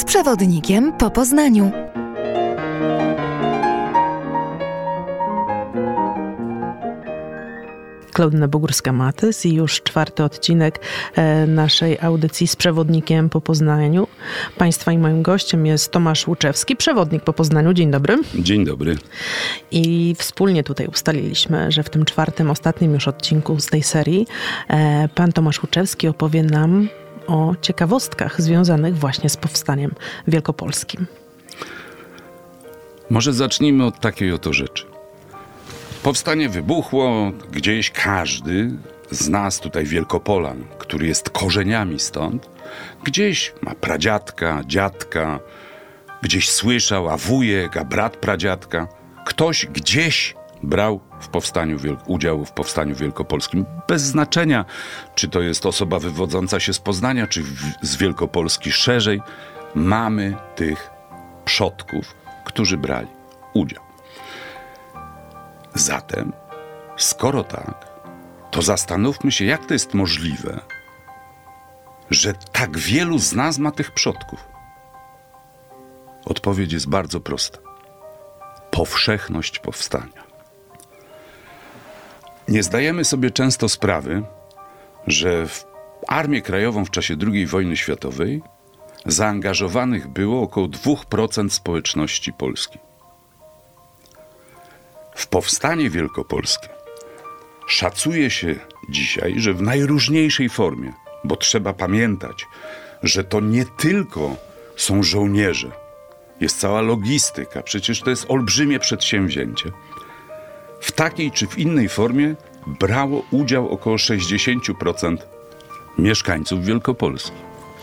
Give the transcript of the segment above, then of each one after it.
przewodnikiem po Poznaniu. Klaudyna Bogórska-Matys i już 4. odcinek naszej audycji z przewodnikiem po Poznaniu. Państwa i moim gościem jest Tomasz Łuczewski, przewodnik po Poznaniu. Dzień dobry. Dzień dobry. I wspólnie tutaj ustaliliśmy, że w tym 4. ostatnim już odcinku z tej serii pan Tomasz Łuczewski opowie nam o ciekawostkach związanych właśnie z powstaniem wielkopolskim. Może zacznijmy od takiej oto rzeczy. Powstanie wybuchło, gdzieś każdy z nas tutaj Wielkopolan, który jest korzeniami stąd, gdzieś ma pradziadka, dziadka, gdzieś słyszał, a wujek, a brat pradziadka. Ktoś gdzieś brał udział w powstaniu wielkopolskim. Bez znaczenia, czy to jest osoba wywodząca się z Poznania, czy z Wielkopolski szerzej. Mamy tych przodków, którzy brali udział. Zatem, skoro tak, to zastanówmy się, jak to jest możliwe, że tak wielu z nas ma tych przodków. Odpowiedź jest bardzo prosta. Powszechność powstania. Nie zdajemy sobie często sprawy, że w Armię Krajową w czasie II wojny światowej zaangażowanych było około 2% społeczności polskiej. W powstanie wielkopolskie szacuje się dzisiaj, że w najróżniejszej formie, bo trzeba pamiętać, że to nie tylko są żołnierze, jest cała logistyka, przecież to jest olbrzymie przedsięwzięcie. W takiej czy w innej formie brało udział około 60% mieszkańców Wielkopolski.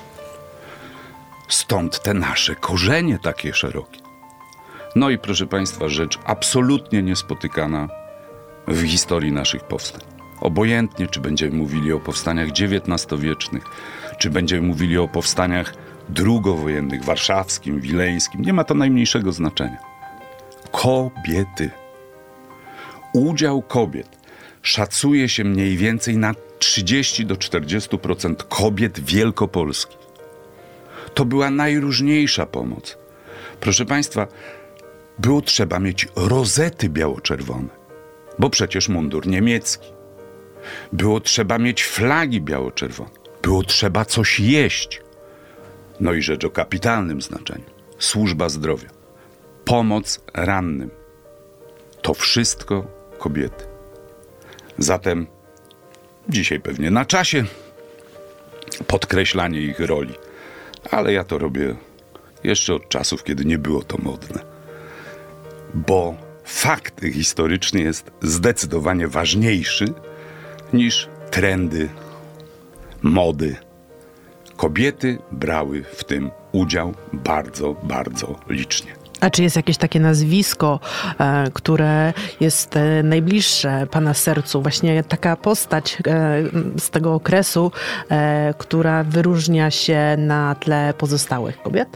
Stąd te nasze korzenie takie szerokie. No i proszę Państwa, rzecz absolutnie niespotykana w historii naszych powstań. Obojętnie, czy będziemy mówili o powstaniach XIX-wiecznych, czy będziemy mówili o powstaniach drugowojennych, warszawskim, wileńskim, nie ma to najmniejszego znaczenia. Kobiety. Udział kobiet szacuje się mniej więcej na 30-40% kobiet wielkopolskich. To była najróżniejsza pomoc. Proszę Państwa, było trzeba mieć rozety biało-czerwone, bo przecież mundur niemiecki. Było trzeba mieć flagi biało-czerwone. Było trzeba coś jeść. No i rzecz o kapitalnym znaczeniu. Służba zdrowia. Pomoc rannym. To wszystko kobiety. Zatem dzisiaj pewnie na czasie podkreślanie ich roli. Ale ja to robię jeszcze od czasów, kiedy nie było to modne. Bo fakt historyczny jest zdecydowanie ważniejszy niż trendy, mody. Kobiety brały w tym udział bardzo, bardzo licznie. A czy jest jakieś takie nazwisko, które jest najbliższe Pana sercu? Właśnie taka postać z tego okresu, która wyróżnia się na tle pozostałych kobiet?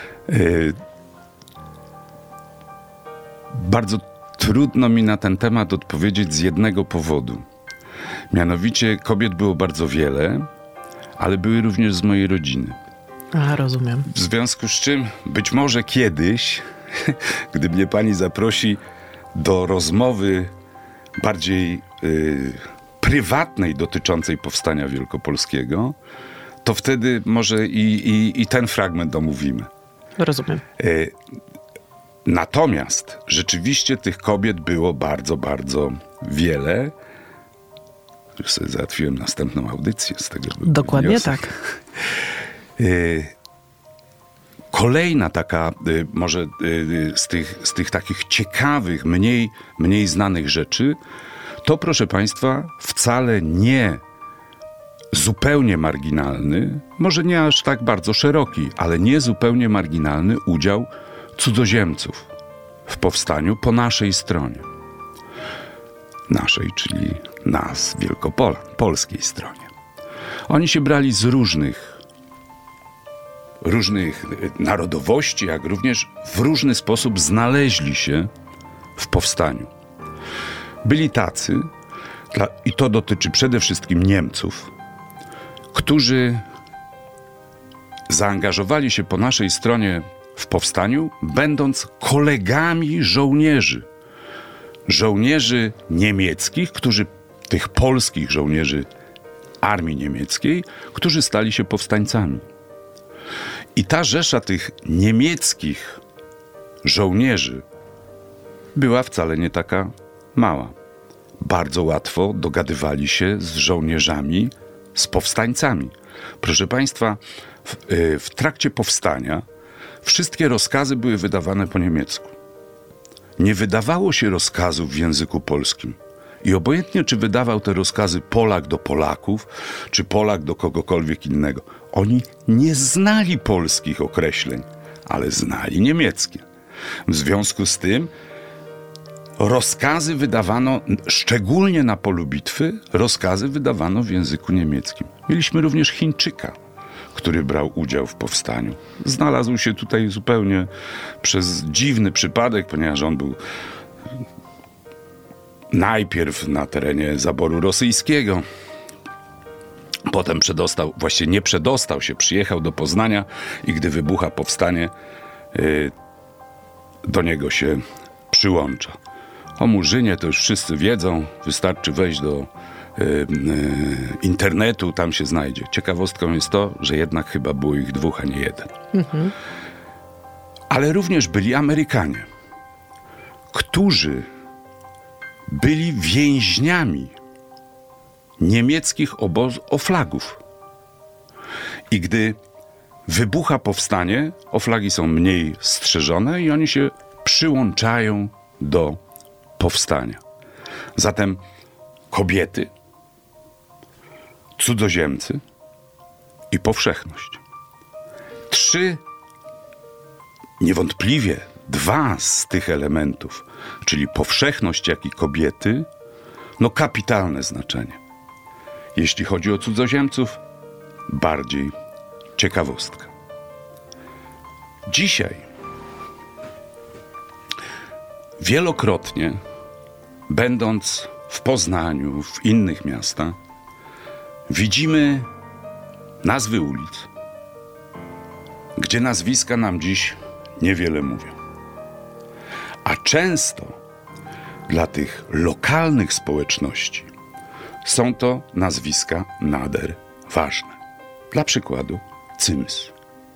Bardzo trudno mi na ten temat odpowiedzieć z jednego powodu. Mianowicie kobiet było bardzo wiele, ale były również z mojej rodziny. A, rozumiem. W związku z czym być może kiedyś, gdy mnie pani zaprosi do rozmowy bardziej prywatnej dotyczącej powstania wielkopolskiego, to wtedy może i ten fragment omówimy. Rozumiem. Natomiast rzeczywiście tych kobiet było bardzo, bardzo wiele. Już sobie załatwiłem następną audycję z tego. Dokładnie wniosek. tak. Kolejna taka, może z tych takich ciekawych, mniej znanych rzeczy, to proszę Państwa, wcale nie zupełnie marginalny, może nie aż tak bardzo szeroki, ale nie zupełnie marginalny udział cudzoziemców w powstaniu po naszej stronie. Naszej, czyli nas, Wielkopolan, polskiej stronie. Oni się brali z różnych narodowości, jak również w różny sposób znaleźli się w powstaniu. Byli tacy, i to dotyczy przede wszystkim Niemców, którzy zaangażowali się po naszej stronie w powstaniu, będąc kolegami żołnierzy. Żołnierzy niemieckich, tych polskich żołnierzy armii niemieckiej, którzy stali się powstańcami. I ta rzesza tych niemieckich żołnierzy była wcale nie taka mała. Bardzo łatwo dogadywali się z żołnierzami, z powstańcami. Proszę Państwa, w trakcie powstania wszystkie rozkazy były wydawane po niemiecku. Nie wydawało się rozkazów w języku polskim. I obojętnie, czy wydawał te rozkazy Polak do Polaków, czy Polak do kogokolwiek innego. Oni nie znali polskich określeń, ale znali niemieckie. W związku z tym rozkazy wydawano, szczególnie na polu bitwy, rozkazy wydawano w języku niemieckim. Mieliśmy również Chińczyka, który brał udział w powstaniu. Znalazł się tutaj zupełnie przez dziwny przypadek, ponieważ on był najpierw na terenie zaboru rosyjskiego, potem nie przedostał się, przyjechał do Poznania i gdy wybucha powstanie, do niego się przyłącza. O Murzynie to już wszyscy wiedzą, wystarczy wejść do internetu, tam się znajdzie. Ciekawostką jest to, że jednak chyba było ich dwóch, a nie jeden. Ale również byli Amerykanie, którzy byli więźniami niemieckich obozów oflagów. I gdy wybucha powstanie, oflagi są mniej strzeżone i oni się przyłączają do powstania. Zatem kobiety, cudzoziemcy i powszechność. Niewątpliwie dwa z tych elementów, czyli powszechność, jak i kobiety, kapitalne znaczenie. Jeśli chodzi o cudzoziemców, bardziej ciekawostka. Dzisiaj wielokrotnie, będąc w Poznaniu, w innych miastach, widzimy nazwy ulic, gdzie nazwiska nam dziś niewiele mówią. A często dla tych lokalnych społeczności są to nazwiska nader ważne. Dla przykładu Cyms.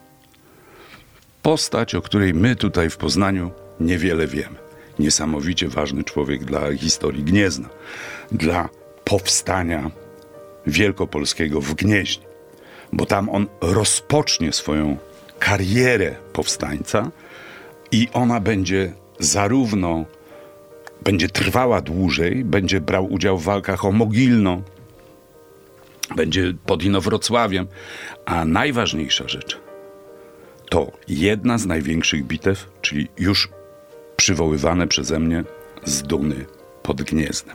Postać, o której my tutaj w Poznaniu niewiele wiemy. Niesamowicie ważny człowiek dla historii Gniezna, dla powstania wielkopolskiego w Gnieźnie, bo tam on rozpocznie swoją karierę powstańca i ona będzie trwała dłużej, będzie brał udział w walkach o Mogilno, będzie pod Inowrocławiem, a najważniejsza rzecz to jedna z największych bitew, czyli już przywoływane przeze mnie z Duny pod Gniezdem.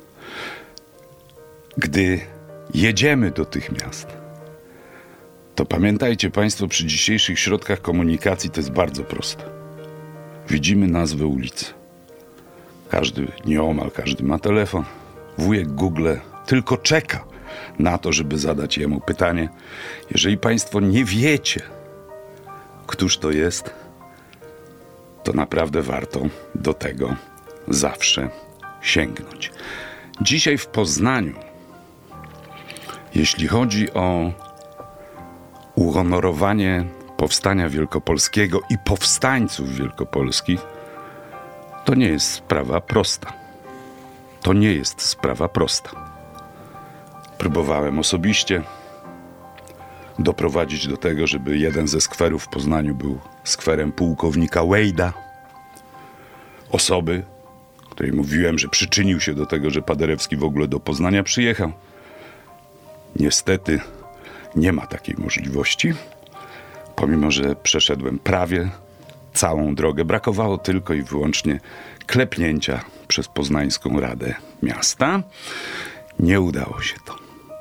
Gdy jedziemy do tych miast, to pamiętajcie Państwo, przy dzisiejszych środkach komunikacji to jest bardzo proste. Widzimy nazwę ulicy. Nieomal każdy ma telefon. Wujek Google tylko czeka na to, żeby zadać jemu pytanie. Jeżeli Państwo nie wiecie, któż to jest, to naprawdę warto do tego zawsze sięgnąć. Dzisiaj w Poznaniu, jeśli chodzi o uhonorowanie powstania wielkopolskiego i powstańców wielkopolskich, to nie jest sprawa prosta. To nie jest sprawa prosta. Próbowałem osobiście doprowadzić do tego, żeby jeden ze skwerów w Poznaniu był skwerem pułkownika Wejda, osoby, której mówiłem, że przyczynił się do tego, że Paderewski w ogóle do Poznania przyjechał. Niestety nie ma takiej możliwości, pomimo że przeszedłem prawie całą drogę. Brakowało tylko i wyłącznie klepnięcia przez Poznańską Radę Miasta. Nie udało się to.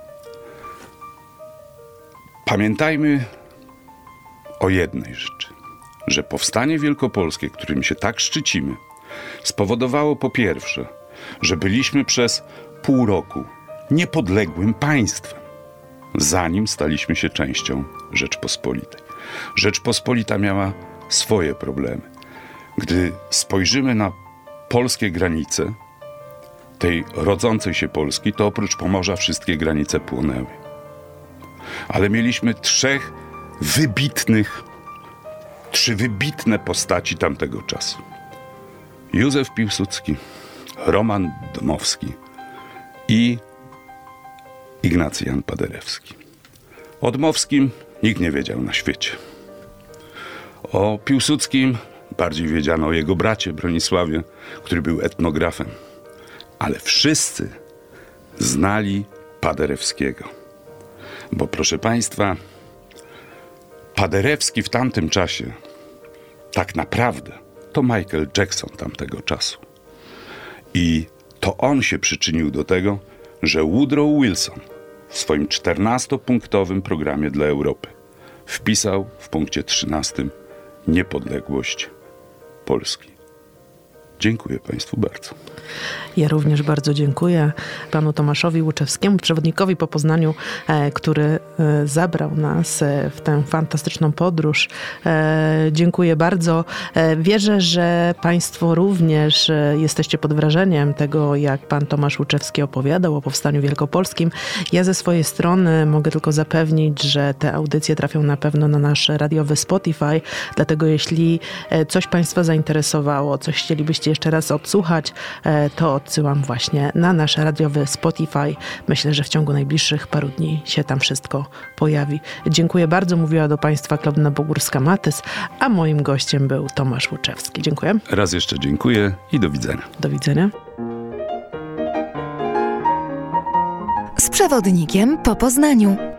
Pamiętajmy o jednej rzeczy, że powstanie wielkopolskie, którym się tak szczycimy, spowodowało po pierwsze, że byliśmy przez pół roku niepodległym państwem. zanim staliśmy się częścią Rzeczpospolitej. Rzeczpospolita miała swoje problemy. Gdy spojrzymy na polskie granice, tej rodzącej się Polski, to oprócz Pomorza wszystkie granice płonęły. Ale mieliśmy trzy wybitne postaci tamtego czasu. Józef Piłsudski, Roman Dmowski i Ignacy Jan Paderewski. O Dmowskim nikt nie wiedział na świecie. O Piłsudskim bardziej wiedziano o jego bracie Bronisławie, który był etnografem. Ale wszyscy znali Paderewskiego. Bo proszę Państwa, Paderewski w tamtym czasie tak naprawdę to Michael Jackson tamtego czasu. I to on się przyczynił do tego, że Woodrow Wilson w swoim 14-punktowym programie dla Europy wpisał w punkcie 13 niepodległość Polski. Dziękuję Państwu bardzo. Ja również bardzo dziękuję panu Tomaszowi Łuczewskiemu, przewodnikowi po Poznaniu, który zabrał nas w tę fantastyczną podróż. Dziękuję bardzo. Wierzę, że Państwo również jesteście pod wrażeniem tego, jak pan Tomasz Łuczewski opowiadał o Powstaniu Wielkopolskim. Ja ze swojej strony mogę tylko zapewnić, że te audycje trafią na pewno na nasz radiowy Spotify, dlatego jeśli coś Państwa zainteresowało, coś chcielibyście jeszcze raz odsłuchać, to odsyłam właśnie na nasz radiowy Spotify. Myślę, że w ciągu najbliższych paru dni się tam wszystko pojawi. Dziękuję bardzo. Mówiła do Państwa Klaudyna Bogórska-Matys, a moim gościem był Tomasz Łuczewski. Dziękuję. Raz jeszcze dziękuję i do widzenia. Do widzenia. Z przewodnikiem po Poznaniu.